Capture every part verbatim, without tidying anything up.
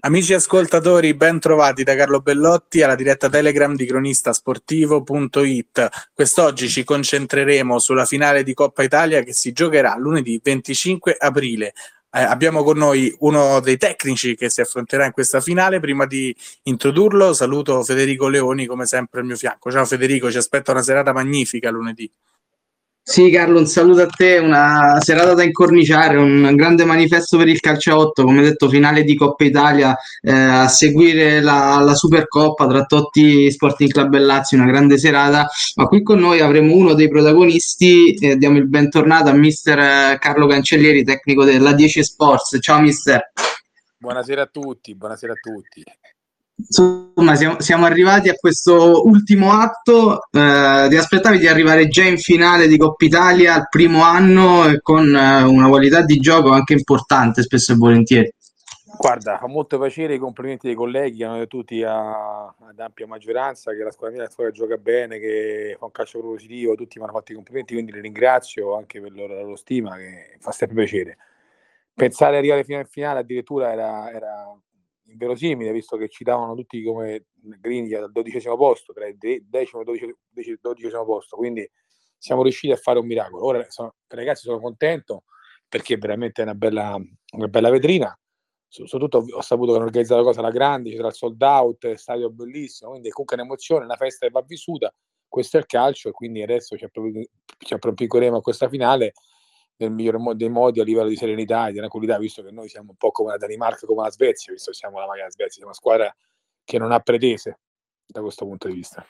Amici ascoltatori, ben trovati da Carlo Bellotti alla diretta Telegram di cronistasportivo punto it. Quest'oggi ci concentreremo sulla finale di Coppa Italia che si giocherà lunedì venticinque aprile. Eh, abbiamo con noi uno dei tecnici che si affronterà in questa finale. Prima di introdurlo saluto Federico Leoni, come sempre al mio fianco. Ciao Federico, ci aspetta una serata magnifica lunedì. Sì, Carlo, un saluto a te, una serata da incorniciare, un grande manifesto per il calcio a otto, come detto, finale di Coppa Italia, eh, a seguire la, la Supercoppa tra Totti Sporting Club e Lazio, una grande serata, ma qui con noi avremo uno dei protagonisti, eh, diamo il bentornato a mister Carlo Cancellieri, tecnico della dieci Sports. Ciao mister. Buonasera a tutti, buonasera a tutti. Insomma, siamo, siamo arrivati a questo ultimo atto. Eh, ti aspettavi di arrivare già in finale di Coppa Italia al primo anno e con eh, una qualità di gioco anche importante, spesso e volentieri? Guarda, fa molto piacere i complimenti dei colleghi che hanno detto tutti a, ad ampia maggioranza che la squadra mia la squadra gioca bene, che fa un calcio propositivo, tutti mi hanno fatto i complimenti, quindi li ringrazio anche per loro, la loro stima, che fa sempre piacere. Pensare di arrivare fino in finale addirittura era, era inverosimile, visto che ci davano tutti come griglia al dodicesimo posto, tra il decimo e dodicesimo posto, quindi siamo riusciti a fare un miracolo. Ora sono, ragazzi, sono contento perché veramente è una bella, una bella vetrina. Soprattutto ho saputo che hanno organizzato la cosa alla grande, c'era il sold out, stadio bellissimo, quindi comunque è un'emozione, una festa che va vissuta. Questo è il calcio e quindi adesso ci appropinqueremo a questa finale nel migliore mo- dei modi, a livello di serenità e di tranquillità, visto che noi siamo un po' come la Danimarca, come la Svezia, visto che siamo la maglia della Svezia, siamo una squadra che non ha pretese da questo punto di vista.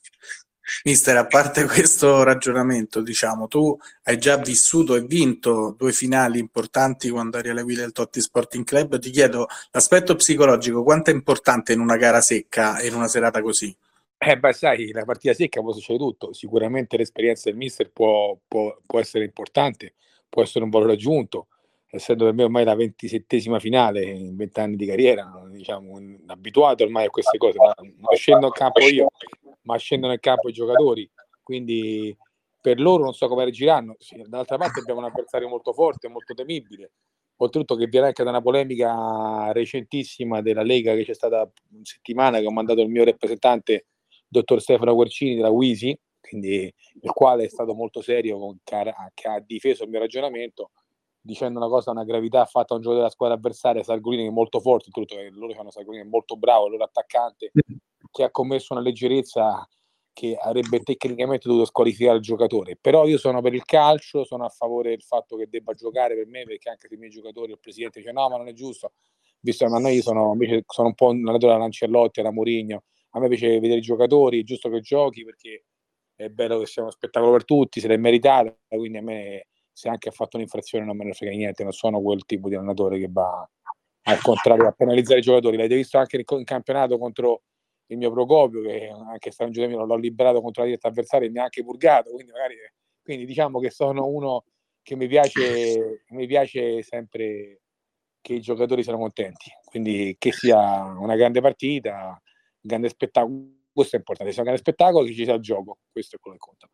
Mister, a parte questo ragionamento, diciamo, tu hai già vissuto e vinto due finali importanti quando eri alla guida del Totti Sporting Club. Ti chiedo l'aspetto psicologico, quanto è importante in una gara secca e in una serata così? Eh beh, sai, la partita secca può succedere tutto. Sicuramente l'esperienza del mister può, può, può essere importante, può essere un valore aggiunto, essendo per me ormai la ventisettesima finale in vent'anni di carriera, diciamo, abituato ormai a queste cose, ma non scendo in campo io, ma scendono in campo i giocatori, quindi per loro non so come reagiranno. Dall'altra parte abbiamo un avversario molto forte, molto temibile, oltretutto che viene anche da una polemica recentissima della Lega che c'è stata una settimana, che ho mandato il mio rappresentante dottor Stefano Guercini della Wisi, quindi il quale è stato molto serio, che ha, che ha difeso il mio ragionamento dicendo una cosa, una gravità fatta a un giocatore della squadra avversaria, Sargolini, che è molto forte, tutto, che loro hanno Sargolini, è molto bravo, il loro attaccante, che ha commesso una leggerezza che avrebbe tecnicamente dovuto squalificare il giocatore. Però io sono per il calcio, sono a favore del fatto che debba giocare per me, perché anche se i miei giocatori, il presidente dice no, ma non è giusto, visto che io sono, invece sono un po' un allenatore alla Lancellotti, alla Mourinho, a me piace vedere i giocatori, è giusto che giochi perché è bello che sia uno spettacolo per tutti, se l'è meritato, quindi a me se anche ha fatto un'infrazione non me ne frega niente, non sono quel tipo di allenatore che va al contrario a penalizzare i giocatori. L'avete visto anche in campionato contro il mio Procopio, che anche sta un giocatore l'ho liberato contro la diretta avversaria e mi ha anche purgato, quindi magari quindi diciamo che sono uno che mi piace mi piace sempre che i giocatori siano contenti, quindi che sia una grande partita, un grande spettacolo, questo è importante, sia un grande spettacolo, che ci sia il gioco, questo è quello che conta.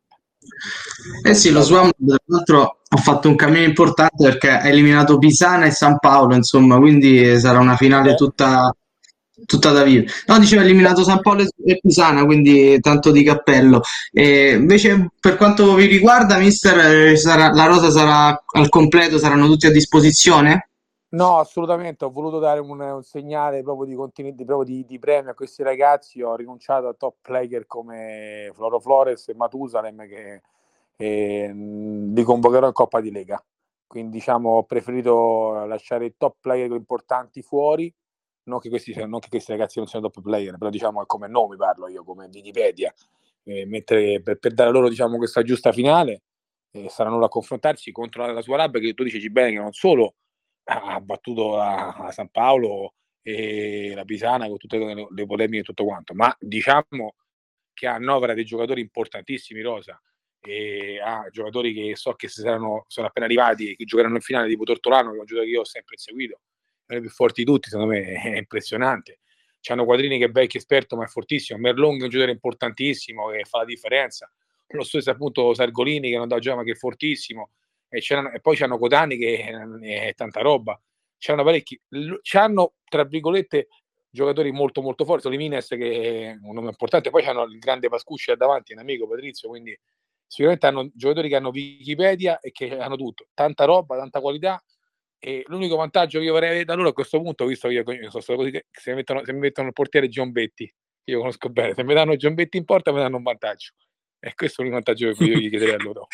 Eh sì, lo Swan tra l'altro ha fatto un cammino importante perché ha eliminato Pisana e San Paolo, insomma, quindi sarà una finale tutta, tutta da vivere. No, diceva ha eliminato San Paolo e Pisana, quindi tanto di cappello. E invece per quanto vi riguarda, mister, eh, sarà, la rosa sarà al completo, saranno tutti a disposizione? No, assolutamente, ho voluto dare un, un segnale proprio di continuità, proprio di, di premio a questi ragazzi. Ho rinunciato a top player come Floro Flores e Matusalem, che eh, li convocherò in Coppa di Lega. Quindi diciamo ho preferito lasciare i top player importanti fuori, non che questi, non che questi ragazzi non siano top player, però diciamo come nomi parlo io, come Wikipedia, eh, mentre per, per dare loro diciamo questa giusta finale, eh, saranno loro a confrontarsi contro la, la sua Arabia, che tu dici bene che non solo ha battuto la, la San Paolo e la Pisana con tutte le, le polemiche e tutto quanto, ma diciamo che annovera dei giocatori importantissimi rosa, e ha giocatori che so che si saranno, sono appena arrivati e che giocheranno in finale, tipo Tortolano, che è un giocatore che io ho sempre seguito, è uno dei più forti di tutti, secondo me è impressionante. C'hanno Quadrini che è vecchio esperto ma è fortissimo, Merlong è un giocatore importantissimo che fa la differenza, lo stesso appunto Sargolini che non da già ma che è fortissimo, e, e poi c'hanno Cotani che è tanta roba, c'hanno parecchi, c'hanno tra virgolette giocatori molto molto forti, Limines che è un nome importante, poi c'hanno il grande Pascucci davanti, un amico Patrizio, quindi sicuramente hanno giocatori che hanno Wikipedia e che hanno tutto, tanta roba, tanta qualità. E l'unico vantaggio che io vorrei avere da loro a questo punto, visto che io sono stato così, che se mi mettono, se mi mettono il portiere Giombetti, io conosco bene, se mi danno Giombetti in porta mi danno un vantaggio, e questo è l'unico vantaggio che io gli chiederei a loro.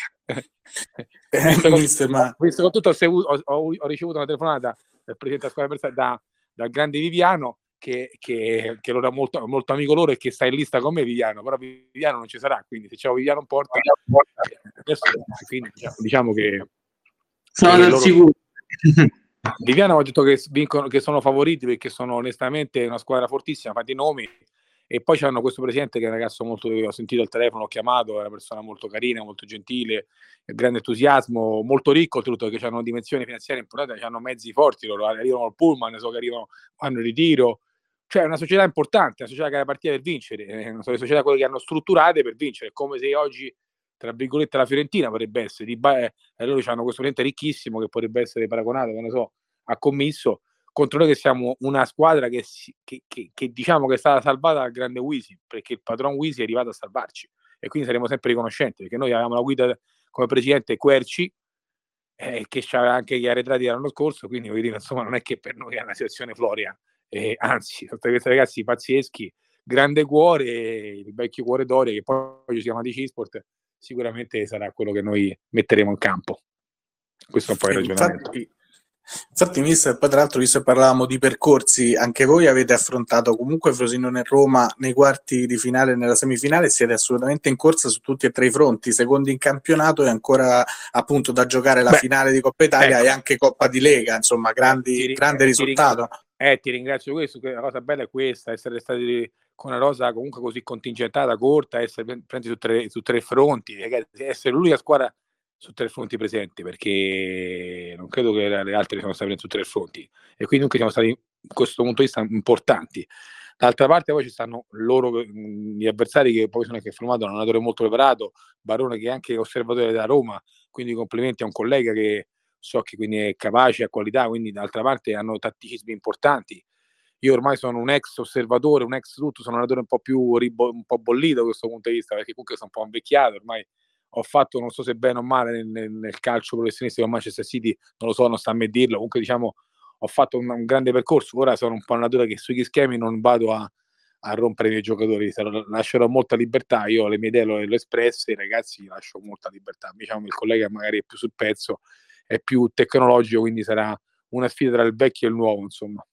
visto, con, mister, ma... visto con tutto ho, ho, ho ricevuto una telefonata dal presidente della squadra avversaria, da, dal grande Viviano che, che, che lo è molto, molto amico loro e che sta in lista con me Viviano, però Viviano non ci sarà, quindi se c'è Viviano in porta adesso, quindi, diciamo, diciamo che sono del sicuro. Viviano ha detto che vincono, che sono favoriti perché sono onestamente una squadra fortissima, fatti i nomi, e poi c'hanno questo presidente che è un ragazzo molto, ho sentito al telefono, ho chiamato, è una persona molto carina, molto gentile, grande entusiasmo, molto ricco, oltretutto perché hanno dimensioni finanziarie importanti, hanno mezzi forti, loro arrivano al pullman, so che arrivano, fanno il ritiro, cioè è una società importante, una società che ha la partita per vincere, sono le società quelle che hanno strutturate per vincere, come se oggi tra virgolette la Fiorentina potrebbe essere, di ba- eh, loro hanno questo cliente ricchissimo che potrebbe essere paragonato, che ne so, a Commisso, contro noi che siamo una squadra che, si, che, che, che diciamo che è stata salvata dal grande Wisi, perché il patron Wisi è arrivato a salvarci, e quindi saremo sempre riconoscenti, perché noi avevamo la guida come presidente Querci, eh, che c'aveva anche gli arretrati dell'anno scorso, quindi voglio dire, insomma, non è che per noi è una situazione floria, eh, anzi, sono questi ragazzi pazzeschi, grande cuore, il vecchio cuore d'Oria, che poi ci chiama di C-Sport, sicuramente sarà quello che noi metteremo in campo. Questo è un po' il ragionamento. Infatti, infatti mister, poi tra l'altro, visto che parlavamo di percorsi, anche voi avete affrontato comunque Frosinone e Roma nei quarti di finale e nella semifinale, siete assolutamente in corsa su tutti e tre i fronti, secondi in campionato e ancora appunto da giocare la Beh, finale di Coppa Italia ecco. e anche Coppa di Lega, insomma, grandi, ti, grande risultato. Ti, eh, ti ringrazio questo, la cosa bella è questa, essere stati con una rosa comunque così contingentata, corta, essere presenti su tre, su tre fronti, essere l'unica squadra su tre fronti presenti, perché non credo che le altre siano state su tre fronti, e quindi dunque siamo stati in questo punto di vista importanti. D'altra parte poi ci stanno loro, gli avversari, che poi sono anche formato un allenatore molto preparato, Barone, che è anche osservatore da Roma, quindi complimenti a un collega che so che quindi è capace, ha qualità, quindi d'altra parte hanno tatticismi importanti. Io ormai sono un ex osservatore, un ex tutto, sono un allenatore un po' più ribo- un po' bollito da questo punto di vista, perché comunque sono un po' invecchiato, ormai ho fatto, non so se bene o male, nel, nel, nel calcio professionistico con Manchester City, non lo so, non sta a me dirlo, comunque diciamo ho fatto un, un grande percorso, ora sono un po' una natura che sugli schemi non vado a, a rompere i miei giocatori, lascerò molta libertà, io le mie idee le ho espresse, i ragazzi lascio molta libertà, diciamo il collega magari è più sul pezzo, è più tecnologico, quindi sarà una sfida tra il vecchio e il nuovo, insomma.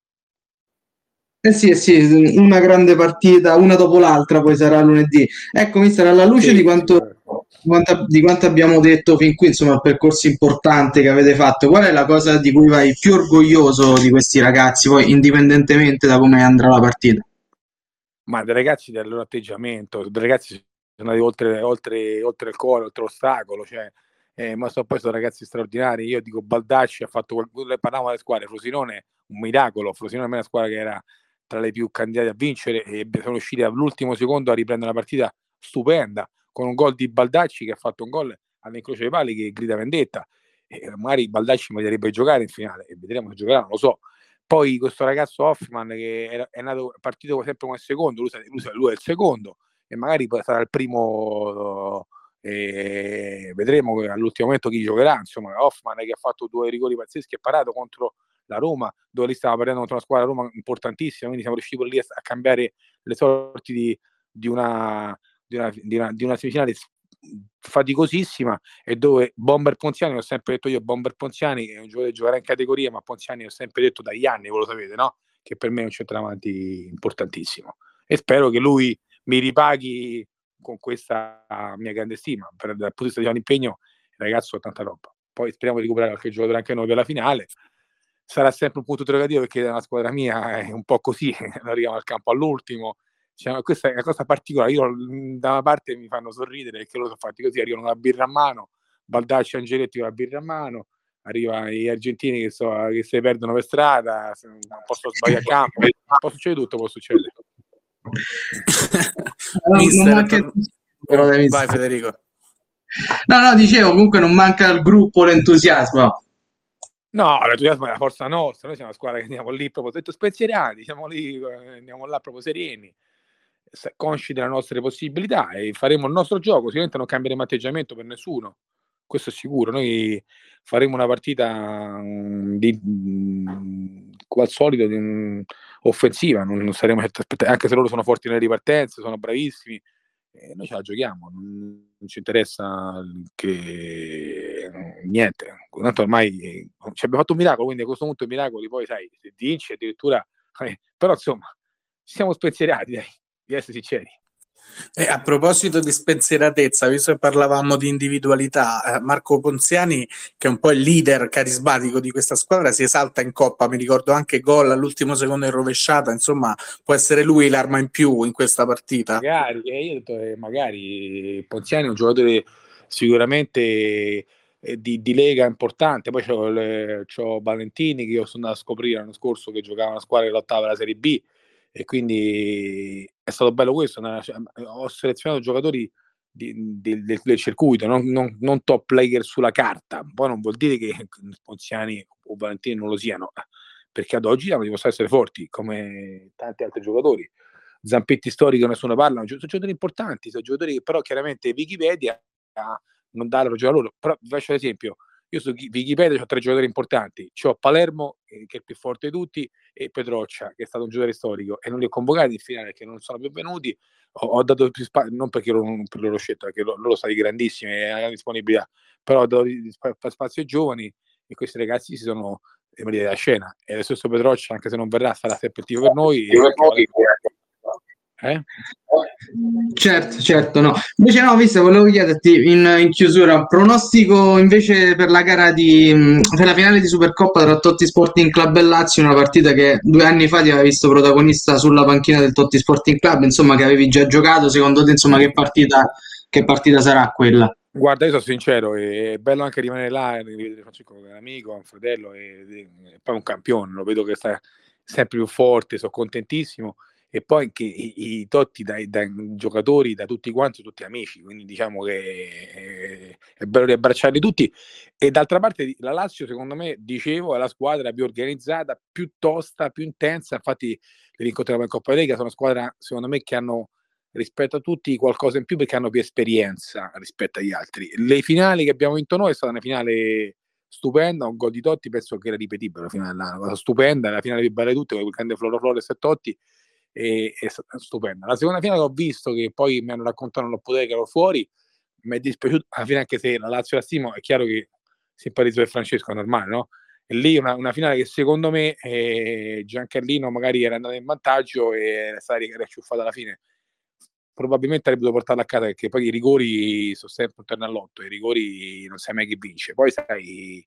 Eh sì, eh sì, una grande partita, una dopo l'altra, poi sarà lunedì. Ecco, mister, alla luce sì, di quanto, quanto, di quanto abbiamo detto fin qui, insomma, il percorso importante che avete fatto, qual è la cosa di cui vai più orgoglioso di questi ragazzi, poi indipendentemente da come andrà la partita? Ma dei ragazzi, del loro atteggiamento, dei ragazzi sono andati oltre, oltre, oltre il cuore, oltre l'ostacolo, cioè, eh, ma sono poi sono ragazzi straordinari. Io dico, Baldacci ha fatto, parlavamo delle squadre, Frosinone un miracolo, Frosinone è una squadra che era tra le più candidate a vincere e sono usciti all'ultimo secondo a riprendere una partita stupenda con un gol di Baldacci che ha fatto un gol all'incrocio dei pali che grida vendetta, e magari Baldacci meriterebbe giocare in finale e vedremo se giocherà, non lo so. Poi questo ragazzo Hoffman che era, è nato partito sempre come secondo, lui, lui, lui è il secondo e magari sarà il primo, e vedremo all'ultimo momento chi giocherà. Insomma, Hoffman che ha fatto due rigori pazzeschi e parato contro la Roma, dove lì stava perdendo contro una squadra Roma importantissima, quindi siamo riusciti lì a, a cambiare le sorti di, di, una, di, una, di, una, di una semifinale faticosissima, e dove Bomber Ponziani, ho sempre detto io, Bomber Ponziani è un giocatore che giocherà in categoria, ma Ponziani ho sempre detto dagli anni, voi lo sapete, no? Che per me è un centravanti importantissimo, e spero che lui mi ripaghi con questa mia grande stima. Per, dal punto di vista di un impegno, il ragazzo ha tanta roba. Poi speriamo di recuperare qualche giocatore anche noi per la finale. Sarà sempre un punto interrogativo perché la squadra mia è un po' così, arriviamo al campo all'ultimo. Cioè, questa è una cosa particolare. Io da una parte mi fanno sorridere perché loro sono fatti così, arrivano con la birra a mano, Baldacci e Angeletti con la birra a mano, arrivano gli argentini che, so, che si perdono per strada, non posso sbagliare a campo, può succedere tutto, può succedere. Mister, non manca... però vai Federico. No, no, dicevo, comunque non manca al gruppo l'entusiasmo. No, l'entusiasmo è la forza nostra, noi siamo una squadra che andiamo lì proprio detto spensierati, siamo lì, andiamo là proprio sereni, consci delle nostre possibilità e faremo il nostro gioco, sicuramente non cambieremo atteggiamento per nessuno, questo è sicuro, noi faremo una partita di, come al solito, di, offensiva, non, non saremo anche se loro sono forti nelle ripartenze, sono bravissimi, eh, noi ce la giochiamo, non, non ci interessa che niente, tanto ormai eh, ci abbiamo fatto un miracolo, quindi a questo punto i miracoli poi sai, se vinci addirittura, eh, però insomma ci siamo spensierati, dai, di essere sinceri. E a proposito di spensieratezza, visto che parlavamo di individualità, eh, Marco Ponziani, che è un po' il leader carismatico di questa squadra, si esalta in Coppa, mi ricordo anche gol all'ultimo secondo in rovesciata, insomma può essere lui l'arma in più in questa partita. Magari, eh, io ho detto, eh, magari Ponziani è un giocatore sicuramente eh, di, di lega importante, poi c'ho, le, c'ho Valentini che io sono andato a scoprire l'anno scorso che giocava una squadra che lottava la Serie B e quindi è stato bello questo, una, ho selezionato giocatori di, di, del, del circuito, non, non, non top player sulla carta, poi non vuol dire che Ponziani o Valentini non lo siano, perché ad oggi dimostrano essere forti come tanti altri giocatori. Zampetti storico nessuno parla, sono giocatori importanti, sono giocatori che però chiaramente Wikipedia non dà la ragione a loro, però vi faccio l'esempio, io su Wikipedia ho tre giocatori importanti, c'ho Palermo eh, che è il più forte di tutti e Petroccia che è stato un giocatore storico e non li ho convocati in finale perché non sono più venuti, ho, ho dato più spazio, non perché loro, non per loro scelta, perché loro, loro sono stati grandissimi e hanno disponibilità, però ho dato spazio ai giovani e questi ragazzi si sono rimaniti da scena e lo stesso Petroccia anche se non verrà sarà sempre attivo per noi e Eh? Certo, certo, no. Invece no, visto, volevo chiederti in, in chiusura, pronostico invece per la gara di per la finale di Supercoppa tra Totti Sporting Club e Lazio, una partita che due anni fa ti aveva visto protagonista sulla panchina del Totti Sporting Club, insomma, che avevi già giocato, secondo te, insomma, che partita, che partita sarà quella? Guarda, io sono sincero, è bello anche rimanere là, rivedere Francesco che è un amico, un fratello e, e poi un campione, lo vedo che sta sempre più forte, sono contentissimo e poi che i, i Totti dai, dai giocatori, da tutti quanti, sono tutti amici, quindi diciamo che è, è bello riabbracciarli tutti e d'altra parte la Lazio secondo me, dicevo, è la squadra più organizzata, più tosta, più intensa, infatti li rincontriamo in Coppa Lega, sono una squadra secondo me che hanno rispetto a tutti qualcosa in più perché hanno più esperienza rispetto agli altri. Le finali che abbiamo vinto noi è stata una finale stupenda, un gol di Totti penso che era ripetibile, la finale, una cosa stupenda, la finale più bella di tutte con il grande Floro Flores e Totti e, è stata stupenda. La seconda finale che ho visto che poi mi hanno raccontato non lo potevo che ero fuori, mi è dispiaciuto alla fine anche se la Lazio la stimo, è chiaro che simpatizzo per Francesco, è normale, no? E lì una, una finale che secondo me eh, Giancarlino magari era andato in vantaggio e era stata ricciuffata alla fine probabilmente avrebbe dovuto portarla a casa perché poi i rigori sono sempre un terno all'otto, i rigori non sai mai chi vince. Poi sai,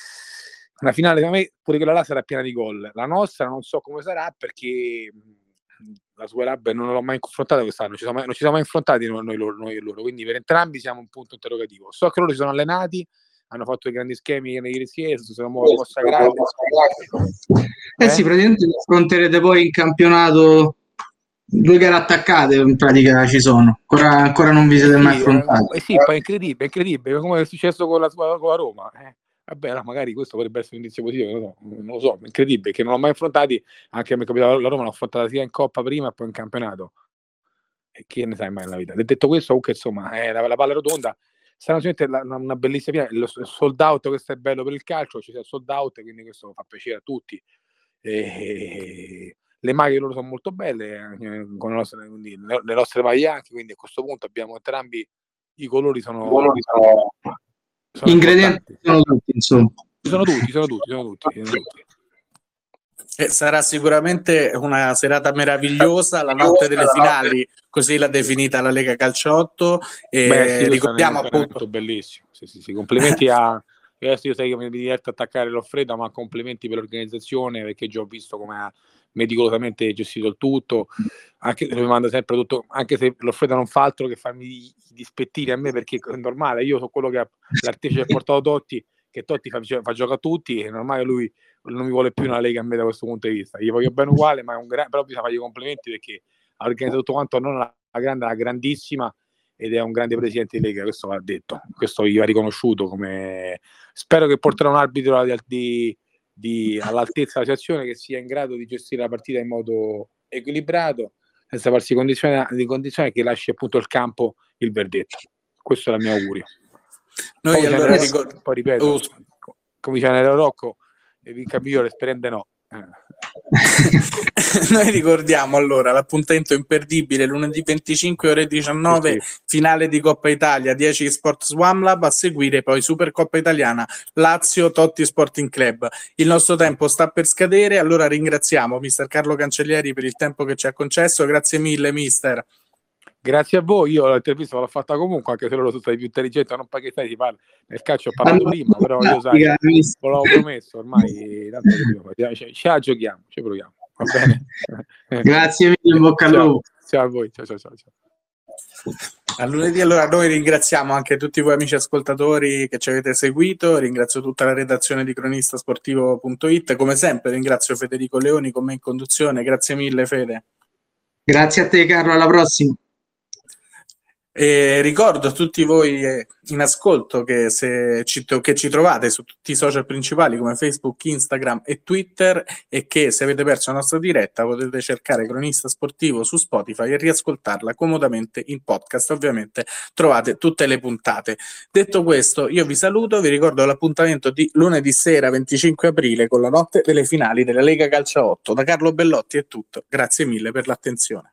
una finale da me, pure quella là sarà piena di gol. La nostra non so come sarà perché la Super Hub non l'ho mai confrontata quest'anno, non ci siamo mai, non ci siamo mai affrontati noi, noi, loro, noi e loro, quindi per entrambi siamo un punto interrogativo. So che loro si sono allenati, hanno fatto dei grandi schemi ieri sera, si sono consacrati. Eh, eh sì, praticamente affronterete poi in campionato due gare attaccate in pratica ci sono, ancora, ancora non vi siete eh sì, mai affrontati. Eh, eh sì, poi è incredibile, è incredibile, come è successo con la, con la Roma. Eh. Vabbè, no, magari questo potrebbe essere un indizio positivo, non lo so, non lo so, è incredibile, che non l'ho mai affrontati, anche mi è capitato la Roma l'ho affrontata sia in Coppa prima e poi in campionato. E chi ne sai mai nella vita. Detto questo, comunque, insomma, eh, la, la palla rotonda sarà una, una bellissima finale. Lo sold out, questo è bello per il calcio, ci sia sold out, quindi questo fa piacere a tutti. E, le maglie loro sono molto belle, eh, con le nostre, quindi, le, le nostre maglie anche, quindi a questo punto abbiamo entrambi i colori sono, I colori sono, sono ingredienti sono tutti, insomma. Sono tutti, sono tutti, sono tutti. Sono tutti. Eh, sarà sicuramente una serata meravigliosa, la notte delle finali, così l'ha definita la Lega Calciotto. E Beh, sì, ricordiamo appunto bellissimo. Sì, sì, sì. Complimenti a adesso io sai che mi diverto a attaccare l'Offreda, ma complimenti per l'organizzazione perché già ho visto come ha meticolosamente gestito il tutto. Anche se mi manda sempre tutto, anche se l'Offreda non fa altro che farmi dispettire a me perché è normale, io sono quello che ha l'artefice ha portato Totti, che Totti fa, fa gioco a tutti, è normale lui non mi vuole più una Lega a me da questo punto di vista. Gli voglio bene uguale, ma è un gra- però bisogna fargli complimenti perché ha organizzato tutto quanto, non la, la grande, la grandissima ed è un grande presidente di Lega, questo va detto, questo gli va riconosciuto. Come spero che porterà un arbitro di, di, di, all'altezza della situazione, che sia in grado di gestire la partita in modo equilibrato, senza farsi condizione di condizione, che lasci appunto il campo il verdetto. Questo è il mio augurio. Noi poi, allora ricordo, poi ripeto, oh, come dice Nero Rocco, vinca migliore, sperende no. Noi ricordiamo allora l'appuntamento imperdibile lunedì venticinque ore diciannove, sì, sì. Finale di Coppa Italia dieci Sports One Lab, a seguire poi Supercoppa Italiana Lazio Totti Sporting Club. Il nostro tempo sta per scadere, allora ringraziamo mister Carlo Cancellieri per il tempo che ci ha concesso. Grazie mille mister. Grazie a voi, io l'intervista l'ho fatta comunque, anche se loro sono stati più intelligenti, non pacchettare di parlare nel calcio, ho parlato allora, prima, però io sai, ve l'avevo promesso, ormai tanto ci, ci la giochiamo, ci proviamo, va bene? Grazie mille, in bocca al lupo. Ciao a voi, ciao ciao ciao. A lunedì allora noi ringraziamo anche tutti voi amici ascoltatori che ci avete seguito, ringrazio tutta la redazione di cronistasportivo punto it, come sempre ringrazio Federico Leoni con me in conduzione, grazie mille Fede. Grazie a te Carlo, alla prossima. E ricordo a tutti voi in ascolto che, se ci, che ci trovate su tutti i social principali come Facebook, Instagram e Twitter, e che se avete perso la nostra diretta potete cercare Cronista Sportivo su Spotify e riascoltarla comodamente in podcast. Ovviamente trovate tutte le puntate. Detto questo, io vi saluto, vi ricordo l'appuntamento di lunedì sera venticinque aprile con la notte delle finali della Lega Calcio otto. Da Carlo Bellotti è tutto, grazie mille per l'attenzione.